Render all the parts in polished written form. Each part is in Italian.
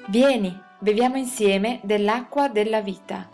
Vieni, beviamo insieme dell'acqua della vita.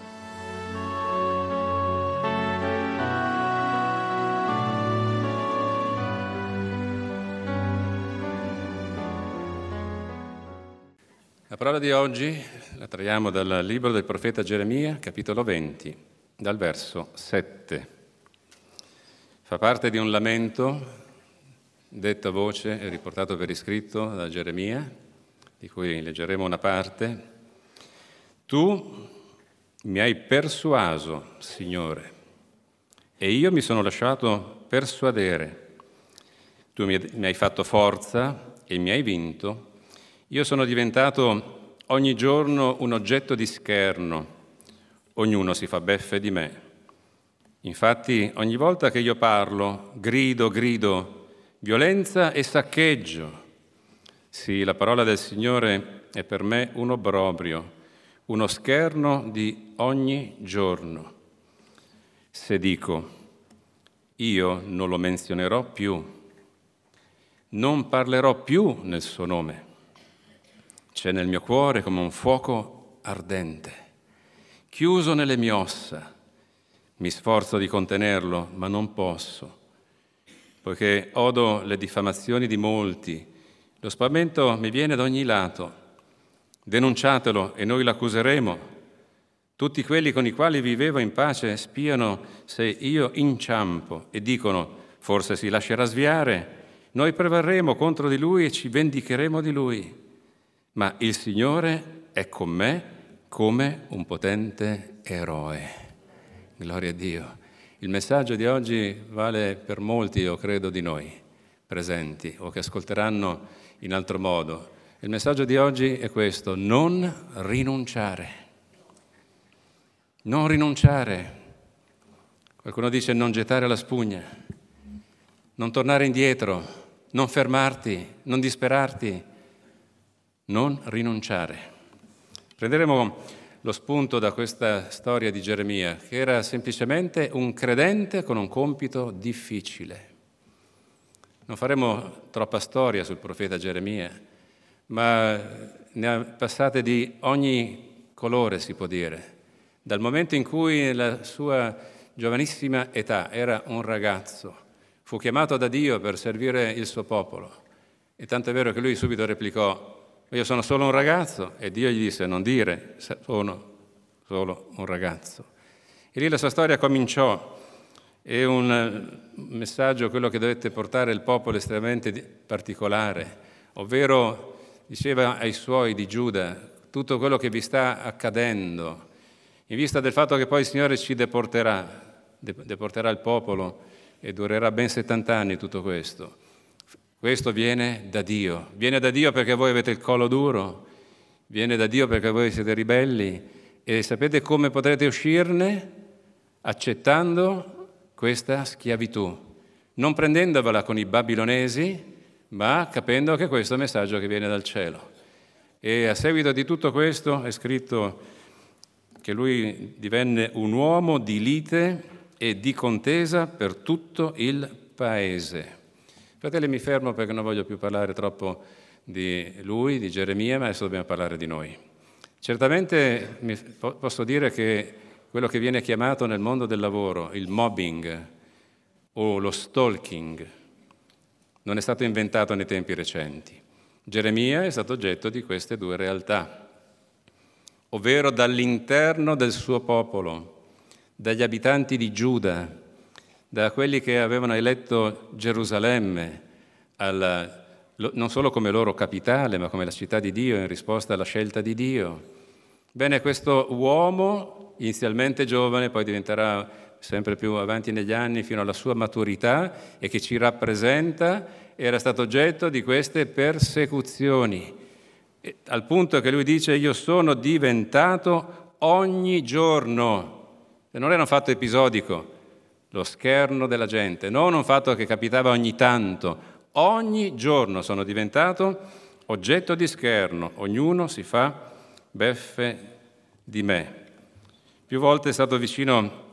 La parola di oggi la traiamo dal libro del profeta Geremia, capitolo 20, dal verso 7. Fa parte di un lamento detto a voce e riportato per iscritto da Geremia, di cui leggeremo una parte. Tu mi hai persuaso, Signore, e io mi sono lasciato persuadere. Tu mi hai fatto forza e mi hai vinto. Io sono diventato ogni giorno un oggetto di scherno. Ognuno si fa beffe di me. Infatti, ogni volta che io parlo, grido, violenza e saccheggio. Sì, la parola del Signore è per me un obbrobrio, uno scherno di ogni giorno. Se dico, io non lo menzionerò più, non parlerò più nel suo nome. C'è nel mio cuore come un fuoco ardente, chiuso nelle mie ossa. Mi sforzo di contenerlo, ma non posso, poiché odo le diffamazioni di molti. Lo spavento mi viene da ogni lato. Denunciatelo e noi l'accuseremo. Tutti quelli con i quali vivevo in pace spiano se io inciampo e dicono: forse si lascerà sviare, noi prevarremo contro di lui e ci vendicheremo di lui. Ma il Signore è con me come un potente eroe. Gloria a Dio. Il messaggio di oggi vale per molti, io credo, di noi presenti o che ascolteranno in altro modo. Il messaggio di oggi è questo: non rinunciare. Non rinunciare. Qualcuno dice non gettare la spugna, non tornare indietro, non fermarti, non disperarti, non rinunciare. Prenderemo lo spunto da questa storia di Geremia, che era semplicemente un credente con un compito difficile. Non faremo troppa storia sul profeta Geremia, ma ne ha passate di ogni colore, si può dire. Dal momento in cui nella sua giovanissima età era un ragazzo, fu chiamato da Dio per servire il suo popolo. E tanto è vero che lui subito replicò: io sono solo un ragazzo, e Dio gli disse: non dire sono solo un ragazzo. E lì la sua storia cominciò. È un messaggio, quello che dovette portare il popolo, estremamente particolare, ovvero diceva ai suoi di Giuda: tutto quello che vi sta accadendo, in vista del fatto che poi il Signore ci deporterà il popolo e durerà ben 70 anni tutto questo. Questo viene da Dio perché voi avete il collo duro, viene da Dio perché voi siete ribelli, e sapete come potrete uscirne? Accettando questa schiavitù, non prendendovela con i babilonesi, ma capendo che questo è un messaggio che viene dal cielo. E a seguito di tutto questo è scritto che lui divenne un uomo di lite e di contesa per tutto il paese. Fratelli, mi fermo perché non voglio più parlare troppo di lui, di Geremia, ma adesso dobbiamo parlare di noi. Certamente posso dire che quello che viene chiamato nel mondo del lavoro il mobbing o lo stalking non è stato inventato nei tempi recenti. Geremia è stato oggetto di queste due realtà, ovvero dall'interno del suo popolo, dagli abitanti di Giuda, da quelli che avevano eletto Gerusalemme non solo come loro capitale, ma come la città di Dio in risposta alla scelta di Dio. Bene, questo uomo, inizialmente giovane, poi diventerà sempre più avanti negli anni fino alla sua maturità e che ci rappresenta, era stato oggetto di queste persecuzioni, al punto che lui dice: io sono diventato ogni giorno, e non era un fatto episodico, lo scherno della gente, non un fatto che capitava ogni tanto, ogni giorno sono diventato oggetto di scherno, ognuno si fa beffe di me. Più volte è stato vicino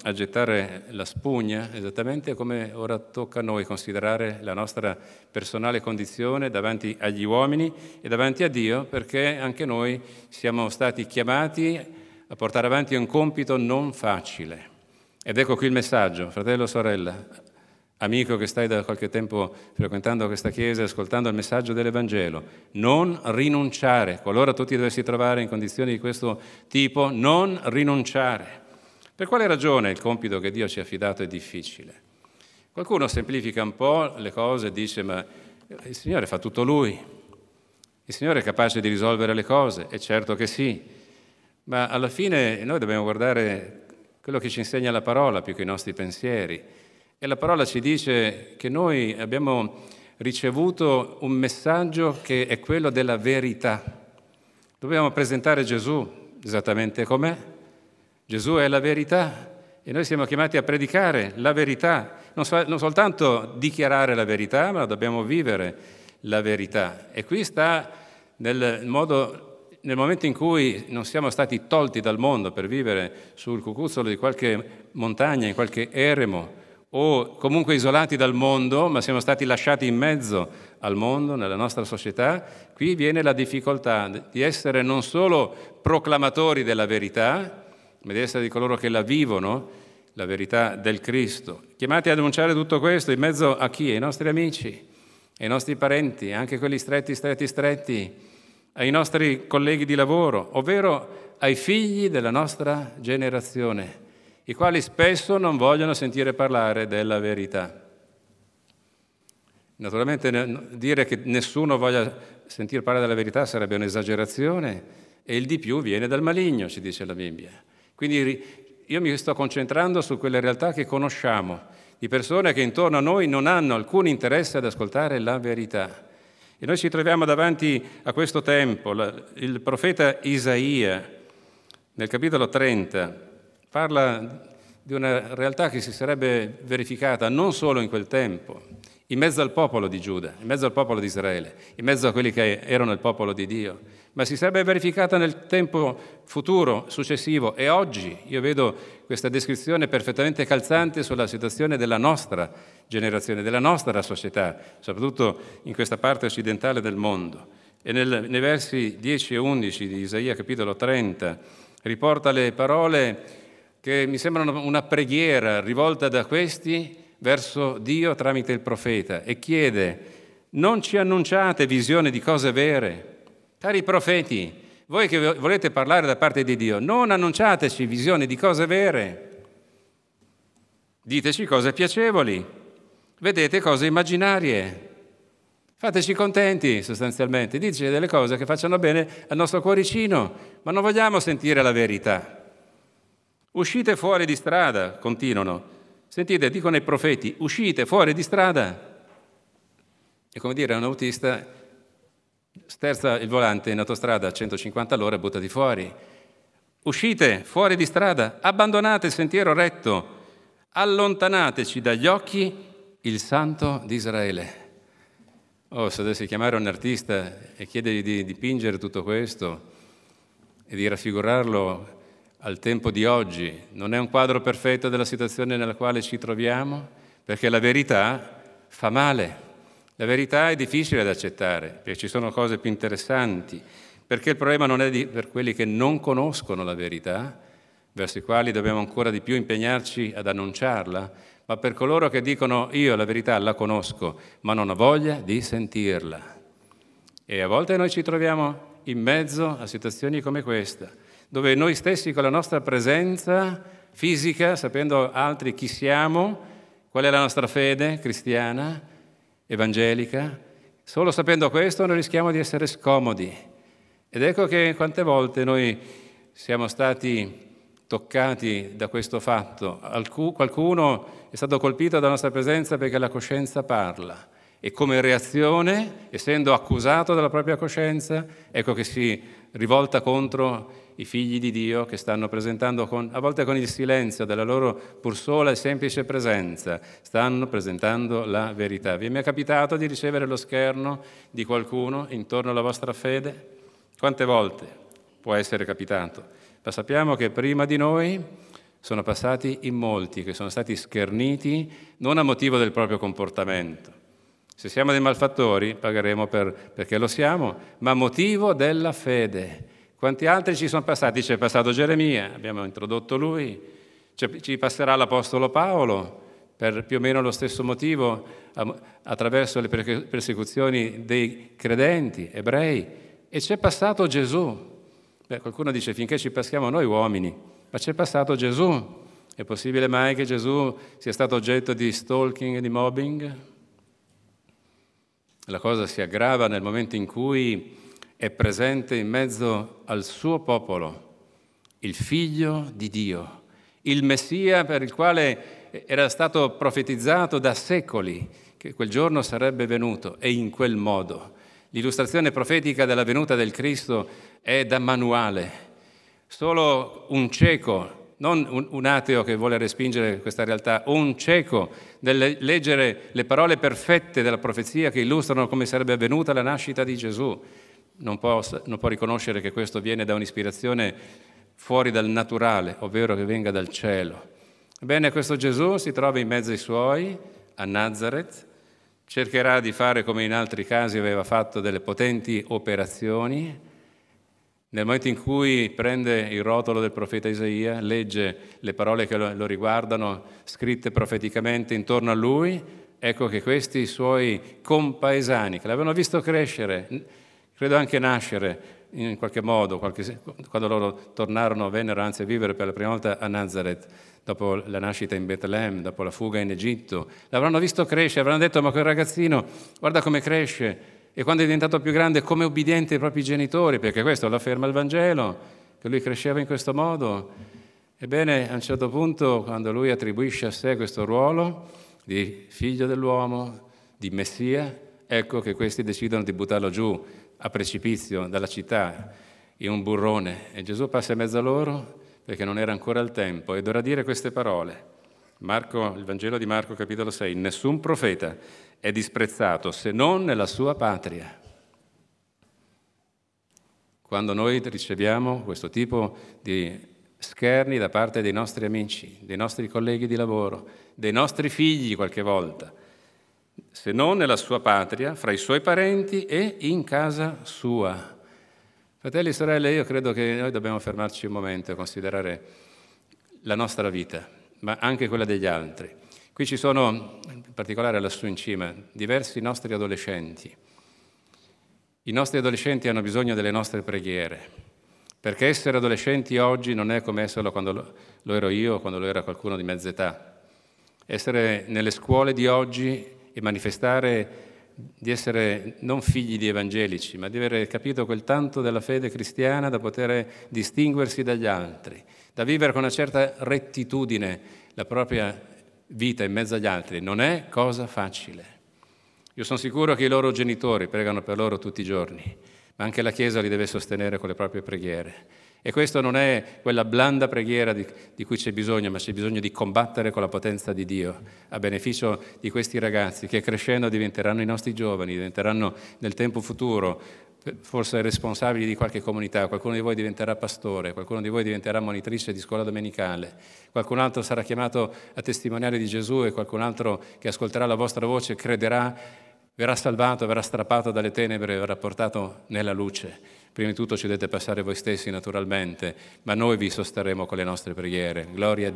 a gettare la spugna, esattamente come ora tocca a noi considerare la nostra personale condizione davanti agli uomini e davanti a Dio, perché anche noi siamo stati chiamati a portare avanti un compito non facile. Ed ecco qui il messaggio, fratello o sorella, amico che stai da qualche tempo frequentando questa chiesa e ascoltando il messaggio dell'Evangelo: non rinunciare, qualora tu ti dovessi trovare in condizioni di questo tipo, non rinunciare. Per quale ragione il compito che Dio ci ha affidato è difficile? Qualcuno semplifica un po' le cose e dice: ma il Signore fa tutto Lui, il Signore è capace di risolvere le cose, è certo che sì, ma alla fine noi dobbiamo guardare quello che ci insegna la parola più che i nostri pensieri. E la parola ci dice che noi abbiamo ricevuto un messaggio che è quello della verità. Dobbiamo presentare Gesù esattamente com'è. Gesù è la verità e noi siamo chiamati a predicare la verità, non soltanto dichiarare la verità, ma dobbiamo vivere la verità. E qui sta nel momento in cui non siamo stati tolti dal mondo per vivere sul cucuzzolo di qualche montagna, in qualche eremo, o comunque isolati dal mondo, ma siamo stati lasciati in mezzo al mondo, nella nostra società. Qui viene la difficoltà di essere non solo proclamatori della verità, ma di essere di coloro che la vivono, la verità del Cristo. Chiamati ad annunciare tutto questo in mezzo a chi? Ai nostri amici, ai nostri parenti, anche quelli stretti, ai nostri colleghi di lavoro, ovvero ai figli della nostra generazione, i quali spesso non vogliono sentire parlare della verità. Naturalmente dire che nessuno voglia sentire parlare della verità sarebbe un'esagerazione, e il di più viene dal maligno, ci dice la Bibbia. Quindi io mi sto concentrando su quelle realtà che conosciamo, di persone che intorno a noi non hanno alcun interesse ad ascoltare la verità. E noi ci troviamo davanti a questo tempo. Il profeta Isaia, nel capitolo 30, parla di una realtà che si sarebbe verificata non solo in quel tempo, in mezzo al popolo di Giuda, in mezzo al popolo di Israele, in mezzo a quelli che erano il popolo di Dio, ma si sarebbe verificata nel tempo futuro, successivo. E oggi io vedo questa descrizione perfettamente calzante sulla situazione della nostra generazione, della nostra società, soprattutto in questa parte occidentale del mondo. E nei versi 10 e 11 di Isaia, capitolo 30, riporta le parole che mi sembrano una preghiera rivolta da questi verso Dio tramite il profeta, e chiede: non ci annunciate visioni di cose vere. Cari profeti, voi che volete parlare da parte di Dio, non annunciateci visioni di cose vere. Diteci cose piacevoli, vedete cose immaginarie. Fateci contenti, sostanzialmente. Diteci delle cose che facciano bene al nostro cuoricino, ma non vogliamo sentire la verità. Uscite fuori di strada, continuano. Sentite, dicono i profeti: uscite fuori di strada. È come dire a un autista: sterza il volante in autostrada a 150 all'ora e buttati fuori. Uscite fuori di strada, abbandonate il sentiero retto, allontanateci dagli occhi il Santo di Israele. Oh, se dovessi chiamare un artista e chiedergli di dipingere tutto questo e di raffigurarlo al tempo di oggi, non è un quadro perfetto della situazione nella quale ci troviamo, perché la verità fa male. La verità è difficile da accettare, perché ci sono cose più interessanti, perché il problema non è per quelli che non conoscono la verità, verso i quali dobbiamo ancora di più impegnarci ad annunciarla, ma per coloro che dicono: io la verità la conosco, ma non ho voglia di sentirla. E a volte noi ci troviamo in mezzo a situazioni come questa, dove noi stessi con la nostra presenza fisica, sapendo altri chi siamo, qual è la nostra fede cristiana, evangelica, solo sapendo questo noi rischiamo di essere scomodi. Ed ecco che quante volte noi siamo stati toccati da questo fatto. Qualcuno è stato colpito dalla nostra presenza perché la coscienza parla, e come reazione, essendo accusato dalla propria coscienza, ecco che si rivolta contro i figli di Dio che stanno presentando, a volte con il silenzio della loro pur sola e semplice presenza, stanno presentando la verità. Vi è mai capitato di ricevere lo scherno di qualcuno intorno alla vostra fede? Quante volte può essere capitato? Ma sappiamo che prima di noi sono passati in molti che sono stati scherniti non a motivo del proprio comportamento. Se siamo dei malfattori pagheremo perché lo siamo, ma a motivo della fede. Quanti altri ci sono passati? Ci è passato Geremia, abbiamo introdotto lui, ci passerà l'Apostolo Paolo per più o meno lo stesso motivo, attraverso le persecuzioni dei credenti ebrei, e c'è passato Gesù. Qualcuno dice finché ci passiamo noi uomini, ma c'è passato Gesù. È possibile mai che Gesù sia stato oggetto di stalking e di mobbing? La cosa si aggrava nel momento in cui è presente in mezzo al suo popolo il Figlio di Dio, il Messia per il quale era stato profetizzato da secoli che quel giorno sarebbe venuto, e in quel modo. L'illustrazione profetica della venuta del Cristo è da manuale. Solo un cieco, non un ateo che vuole respingere questa realtà, un cieco nel leggere le parole perfette della profezia che illustrano come sarebbe avvenuta la nascita di Gesù, non può riconoscere che questo viene da un'ispirazione fuori dal naturale, ovvero che venga dal cielo. Ebbene, questo Gesù si trova in mezzo ai suoi, a Nazareth, cercherà di fare come in altri casi aveva fatto delle potenti operazioni. Nel momento in cui prende il rotolo del profeta Isaia, legge le parole che lo riguardano, scritte profeticamente intorno a lui, ecco che questi suoi compaesani, che l'avevano visto crescere, credo anche nascere in qualche modo, quando loro vennero anzi a vivere per la prima volta a Nazareth, dopo la nascita in Betlemme, dopo la fuga in Egitto, l'avranno visto crescere, avranno detto: ma quel ragazzino, guarda come cresce, e quando è diventato più grande come ubbidiente ai propri genitori, perché questo lo afferma il Vangelo, che lui cresceva in questo modo. Ebbene, a un certo punto, quando lui attribuisce a sé questo ruolo di figlio dell'uomo, di Messia, ecco che questi decidono di buttarlo giù a precipizio dalla città in un burrone, e Gesù passa in mezzo a loro perché non era ancora il tempo e dovrà dire queste parole. Il Vangelo di Marco, capitolo 6: nessun profeta è disprezzato se non nella sua patria. Quando noi riceviamo questo tipo di scherni da parte dei nostri amici, dei nostri colleghi di lavoro, dei nostri figli qualche volta, se non nella sua patria, fra i suoi parenti e in casa sua. Fratelli e sorelle, io credo che noi dobbiamo fermarci un momento e considerare la nostra vita, ma anche quella degli altri. Qui ci sono, in particolare lassù in cima, diversi nostri adolescenti. I nostri adolescenti hanno bisogno delle nostre preghiere, perché essere adolescenti oggi non è come esserlo quando lo ero io o quando lo era qualcuno di mezza età. Essere nelle scuole di oggi e manifestare di essere non figli di evangelici, ma di aver capito quel tanto della fede cristiana da poter distinguersi dagli altri, da vivere con una certa rettitudine la propria vita in mezzo agli altri, non è cosa facile. Io sono sicuro che i loro genitori pregano per loro tutti i giorni, ma anche la Chiesa li deve sostenere con le proprie preghiere. E questo non è quella blanda preghiera di cui c'è bisogno, ma c'è bisogno di combattere con la potenza di Dio a beneficio di questi ragazzi che crescendo diventeranno i nostri giovani, diventeranno nel tempo futuro forse responsabili di qualche comunità. Qualcuno di voi diventerà pastore, qualcuno di voi diventerà monitrice di scuola domenicale, qualcun altro sarà chiamato a testimoniare di Gesù e qualcun altro che ascolterà la vostra voce crederà, verrà salvato, verrà strappato dalle tenebre, verrà portato nella luce. Prima di tutto ci dovete passare voi stessi naturalmente, ma noi vi sosterremo con le nostre preghiere. Gloria a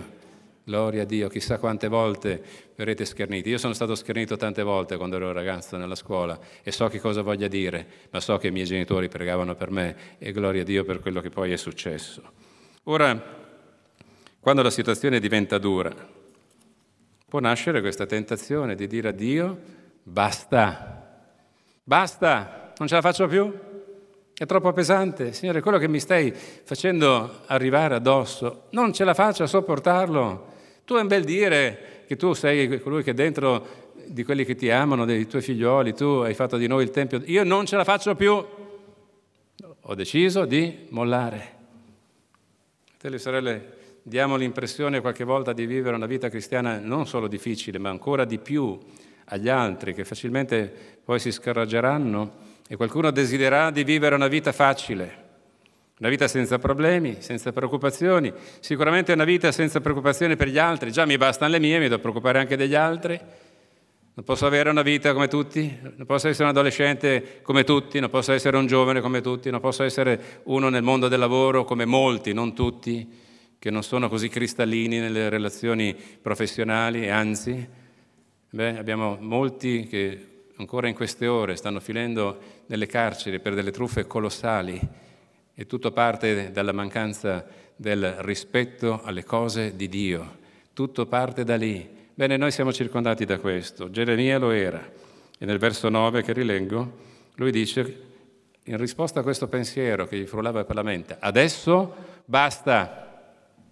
Dio, chissà quante volte verrete scherniti. Io sono stato schernito tante volte quando ero ragazzo nella scuola e so che cosa voglia dire, ma so che i miei genitori pregavano per me e gloria a Dio per quello che poi è successo. Ora, quando la situazione diventa dura, può nascere questa tentazione di dire a Dio: basta, non ce la faccio più. È troppo pesante, Signore, quello che mi stai facendo arrivare addosso, non ce la faccio a sopportarlo. Tu è un bel dire che tu sei colui che dentro di quelli che ti amano, dei tuoi figlioli, tu hai fatto di noi il Tempio. Io non ce la faccio più. Ho deciso di mollare. Fratelli e sorelle, diamo l'impressione qualche volta di vivere una vita cristiana non solo difficile, ma ancora di più agli altri, che facilmente poi si scoraggeranno e qualcuno desidererà di vivere una vita facile. Una vita senza problemi, senza preoccupazioni, sicuramente una vita senza preoccupazioni per gli altri. Già mi bastano le mie, mi devo preoccupare anche degli altri. Non posso avere una vita come tutti, non posso essere un adolescente come tutti, non posso essere un giovane come tutti, non posso essere uno nel mondo del lavoro come molti, non tutti, che non sono così cristallini nelle relazioni professionali, anzi, abbiamo molti che ancora in queste ore stanno finendo nelle carceri per delle truffe colossali e tutto parte dalla mancanza del rispetto alle cose di Dio, tutto parte da lì. Bene, noi siamo circondati da questo. Geremia lo era. E nel verso 9 che rileggo, lui dice, in risposta a questo pensiero che gli frullava per la mente, adesso basta.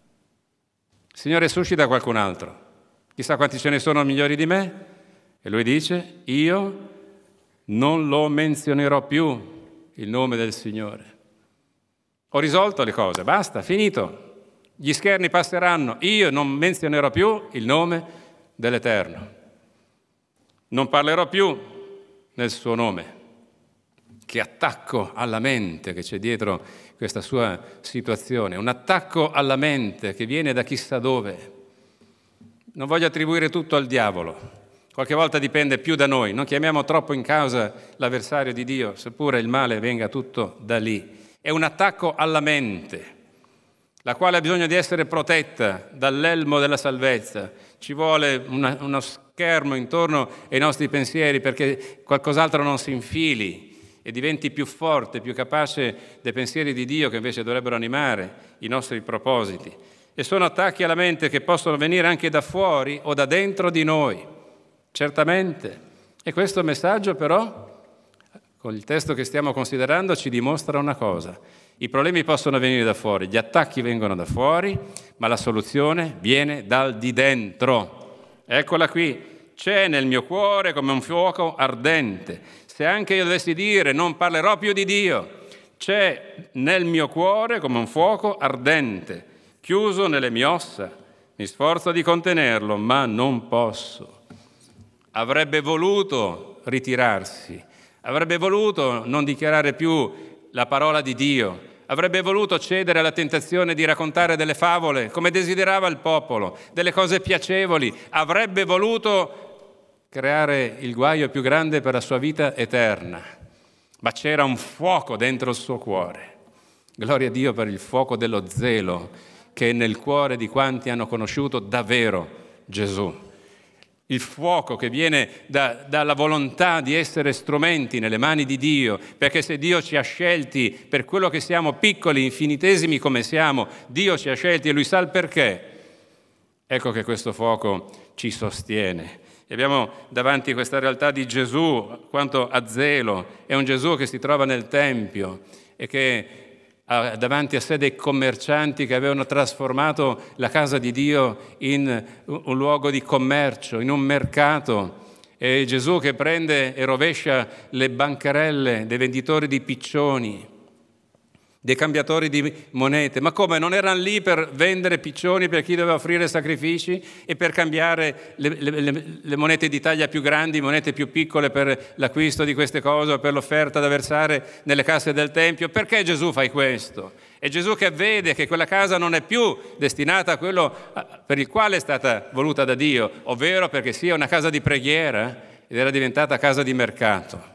Il Signore suscita qualcun altro. Chissà quanti ce ne sono migliori di me. E lui dice, io non lo menzionerò più il nome del Signore. Ho risolto le cose, basta, finito. Gli scherni passeranno. Io non menzionerò più il nome dell'Eterno. Non parlerò più nel suo nome. Che attacco alla mente che c'è dietro questa sua situazione, un attacco alla mente che viene da chissà dove. Non voglio attribuire tutto al diavolo, qualche volta dipende più da noi, non chiamiamo troppo in causa l'avversario di Dio, seppure il male venga tutto da lì. È un attacco alla mente, la quale ha bisogno di essere protetta dall'elmo della salvezza. Ci vuole uno schermo intorno ai nostri pensieri perché qualcos'altro non si infili e diventi più forte, più capace dei pensieri di Dio che invece dovrebbero animare i nostri propositi. E sono attacchi alla mente che possono venire anche da fuori o da dentro di noi, certamente. E questo messaggio però, con il testo che stiamo considerando, ci dimostra una cosa. I problemi possono venire da fuori, gli attacchi vengono da fuori, ma la soluzione viene dal di dentro. Eccola qui. C'è nel mio cuore come un fuoco ardente. Se anche io dovessi dire non parlerò più di Dio, c'è nel mio cuore come un fuoco ardente, chiuso nelle mie ossa. Mi sforzo di contenerlo, ma non posso. Avrebbe voluto ritirarsi, avrebbe voluto non dichiarare più la parola di Dio, avrebbe voluto cedere alla tentazione di raccontare delle favole come desiderava il popolo, delle cose piacevoli, avrebbe voluto creare il guaio più grande per la sua vita eterna, ma c'era un fuoco dentro il suo cuore. Gloria a Dio per il fuoco dello zelo che è nel cuore di quanti hanno conosciuto davvero Gesù. Il fuoco che viene dalla volontà di essere strumenti nelle mani di Dio, perché se Dio ci ha scelti per quello che siamo, piccoli, infinitesimi come siamo, Dio ci ha scelti e Lui sa il perché. Ecco che questo fuoco ci sostiene. E abbiamo davanti questa realtà di Gesù, quanto a zelo, è un Gesù che si trova nel Tempio e che ha davanti a sé dei commercianti che avevano trasformato la casa di Dio in un luogo di commercio, in un mercato. E Gesù che prende e rovescia le bancarelle dei venditori di piccioni, dei cambiatori di monete. Ma come? Non erano lì per vendere piccioni per chi doveva offrire sacrifici e per cambiare le monete di taglia più grandi, monete più piccole per l'acquisto di queste cose o per l'offerta da versare nelle casse del Tempio? Perché Gesù fa questo? È Gesù che vede che quella casa non è più destinata a quello per il quale è stata voluta da Dio, ovvero perché sia una casa di preghiera ed era diventata casa di mercato.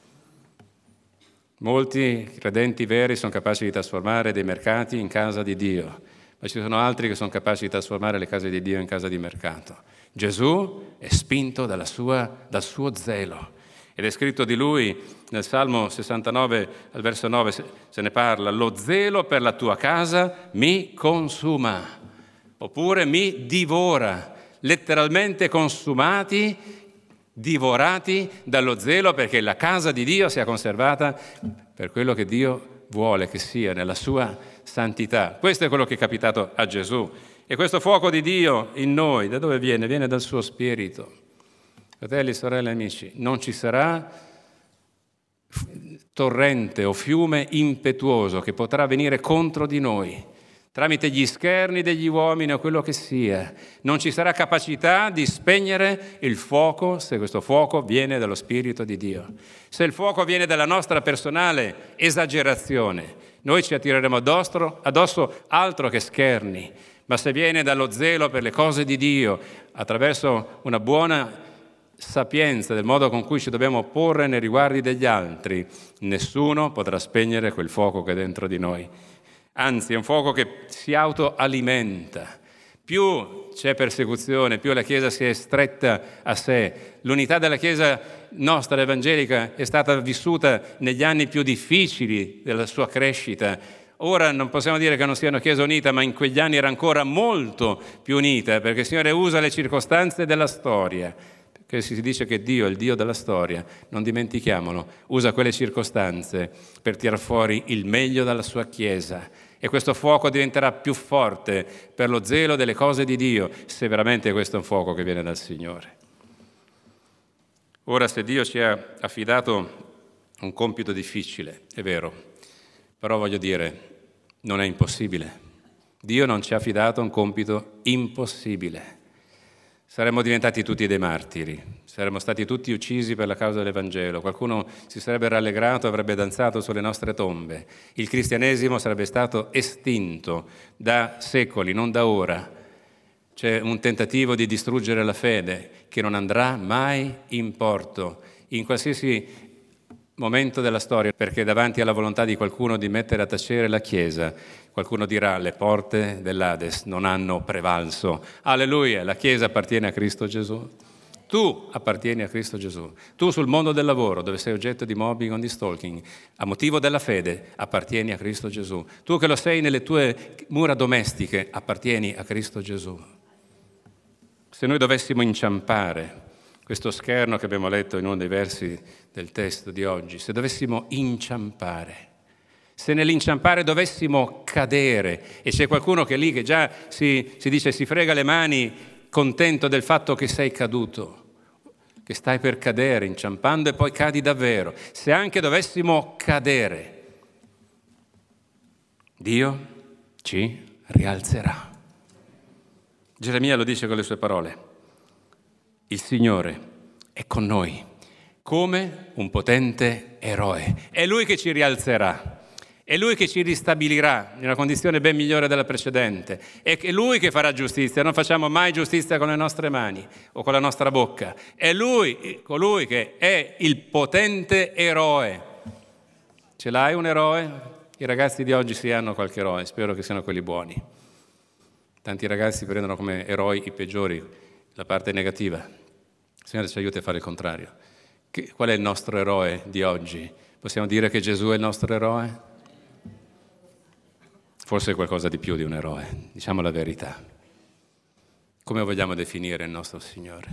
Molti credenti veri sono capaci di trasformare dei mercati in casa di Dio, ma ci sono altri che sono capaci di trasformare le case di Dio in casa di mercato. Gesù è spinto dal suo zelo. Ed è scritto di lui nel Salmo 69, al verso 9, se ne parla, lo zelo per la tua casa mi consuma, oppure mi divora, letteralmente consumati, divorati dallo zelo perché la casa di Dio sia conservata per quello che Dio vuole che sia nella sua santità. Questo è quello che è capitato a Gesù. E questo fuoco di Dio in noi, da dove viene? Viene dal suo spirito. Fratelli, sorelle, amici, non ci sarà torrente o fiume impetuoso che potrà venire contro di noi tramite gli scherni degli uomini o quello che sia. Non ci sarà capacità di spegnere il fuoco se questo fuoco viene dallo Spirito di Dio. Se il fuoco viene dalla nostra personale esagerazione, Noi ci attireremo addosso altro che scherni, ma se viene dallo zelo per le cose di Dio, attraverso una buona sapienza del modo con cui ci dobbiamo porre nei riguardi degli altri, nessuno potrà spegnere quel fuoco che è dentro di noi. Anzi, è un fuoco che si autoalimenta. Più c'è persecuzione, più la Chiesa si è stretta a sé. L'unità della Chiesa nostra evangelica è stata vissuta negli anni più difficili della sua crescita. Ora non possiamo dire che non sia una Chiesa unita, ma in quegli anni era ancora molto più unita, perché il Signore usa le circostanze della storia. Perché si dice che Dio è il Dio della storia, non dimentichiamolo, usa quelle circostanze per tirar fuori il meglio dalla sua Chiesa. E questo fuoco diventerà più forte per lo zelo delle cose di Dio, se veramente questo è un fuoco che viene dal Signore. Ora, se Dio ci ha affidato un compito difficile, è vero, però voglio dire, non è impossibile. Dio non ci ha affidato un compito impossibile. Saremmo diventati tutti dei martiri, saremmo stati tutti uccisi per la causa dell'Evangelo, qualcuno si sarebbe rallegrato, avrebbe danzato sulle nostre tombe, il cristianesimo sarebbe stato estinto da secoli, non da ora. C'è un tentativo di distruggere la fede che non andrà mai in porto, in qualsiasi momento della storia, perché davanti alla volontà di qualcuno di mettere a tacere la Chiesa, qualcuno dirà le porte dell'Ades non hanno prevalso. Alleluia, la Chiesa appartiene a Cristo Gesù. Tu appartieni a Cristo Gesù. Tu sul mondo del lavoro, dove sei oggetto di mobbing o di stalking, a motivo della fede, appartieni a Cristo Gesù. Tu che lo sei nelle tue mura domestiche, appartieni a Cristo Gesù. Se noi dovessimo inciampare questo scherno che abbiamo letto in uno dei versi del testo di oggi, se dovessimo inciampare, se nell'inciampare dovessimo cadere, e c'è qualcuno che è lì che già si dice, si frega le mani contento del fatto che sei caduto, che stai per cadere inciampando e poi cadi davvero, se anche dovessimo cadere, Dio ci rialzerà. Geremia lo dice con le sue parole. Il Signore è con noi come un potente eroe. È Lui che ci rialzerà. È Lui che ci ristabilirà in una condizione ben migliore della precedente. È Lui che farà giustizia. Non facciamo mai giustizia con le nostre mani o con la nostra bocca. È Lui, colui che è il potente eroe. Ce l'hai un eroe? I ragazzi di oggi si hanno qualche eroe. Spero che siano quelli buoni. Tanti ragazzi prendono come eroi i peggiori, la parte negativa. Il Signore ci aiuti a fare il contrario. Qual è il nostro eroe di oggi? Possiamo dire che Gesù è il nostro eroe? Forse è qualcosa di più di un eroe, diciamo la verità. Come vogliamo definire il nostro Signore?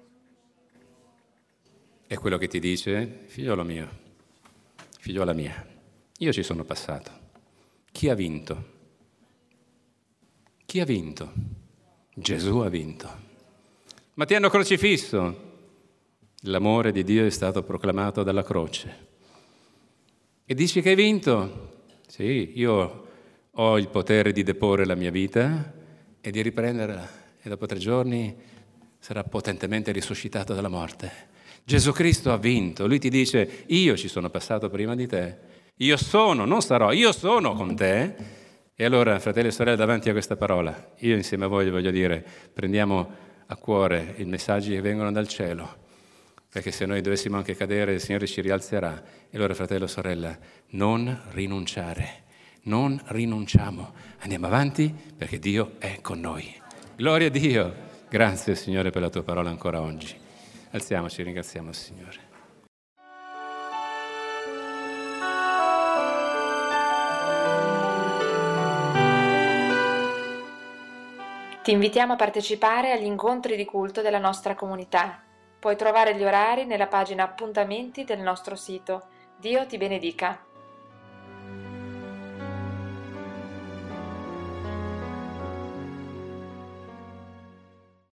È quello che ti dice, figliolo mio, figliola mia, io ci sono passato. Chi ha vinto? Chi ha vinto? Gesù ha vinto. Ma ti hanno crocifisso. L'amore di Dio è stato proclamato dalla croce. E dici che hai vinto? Sì, io ho il potere di deporre la mia vita e di riprenderla. E dopo 3 giorni sarà potentemente risuscitato dalla morte. Gesù Cristo ha vinto. Lui ti dice, io ci sono passato prima di te. Io sono, non sarò, io sono con te. E allora, fratelli e sorelle, davanti a questa parola, io insieme a voi voglio dire, prendiamo a cuore i messaggi che vengono dal cielo, perché se noi dovessimo anche cadere, il Signore ci rialzerà. E allora, fratello e sorella, non rinunciare, non rinunciamo, andiamo avanti perché Dio è con noi. Gloria a Dio, grazie Signore per la tua parola ancora oggi. Alziamoci, ringraziamo il Signore. Ti invitiamo a partecipare agli incontri di culto della nostra comunità. Puoi trovare gli orari nella pagina appuntamenti del nostro sito. Dio ti benedica.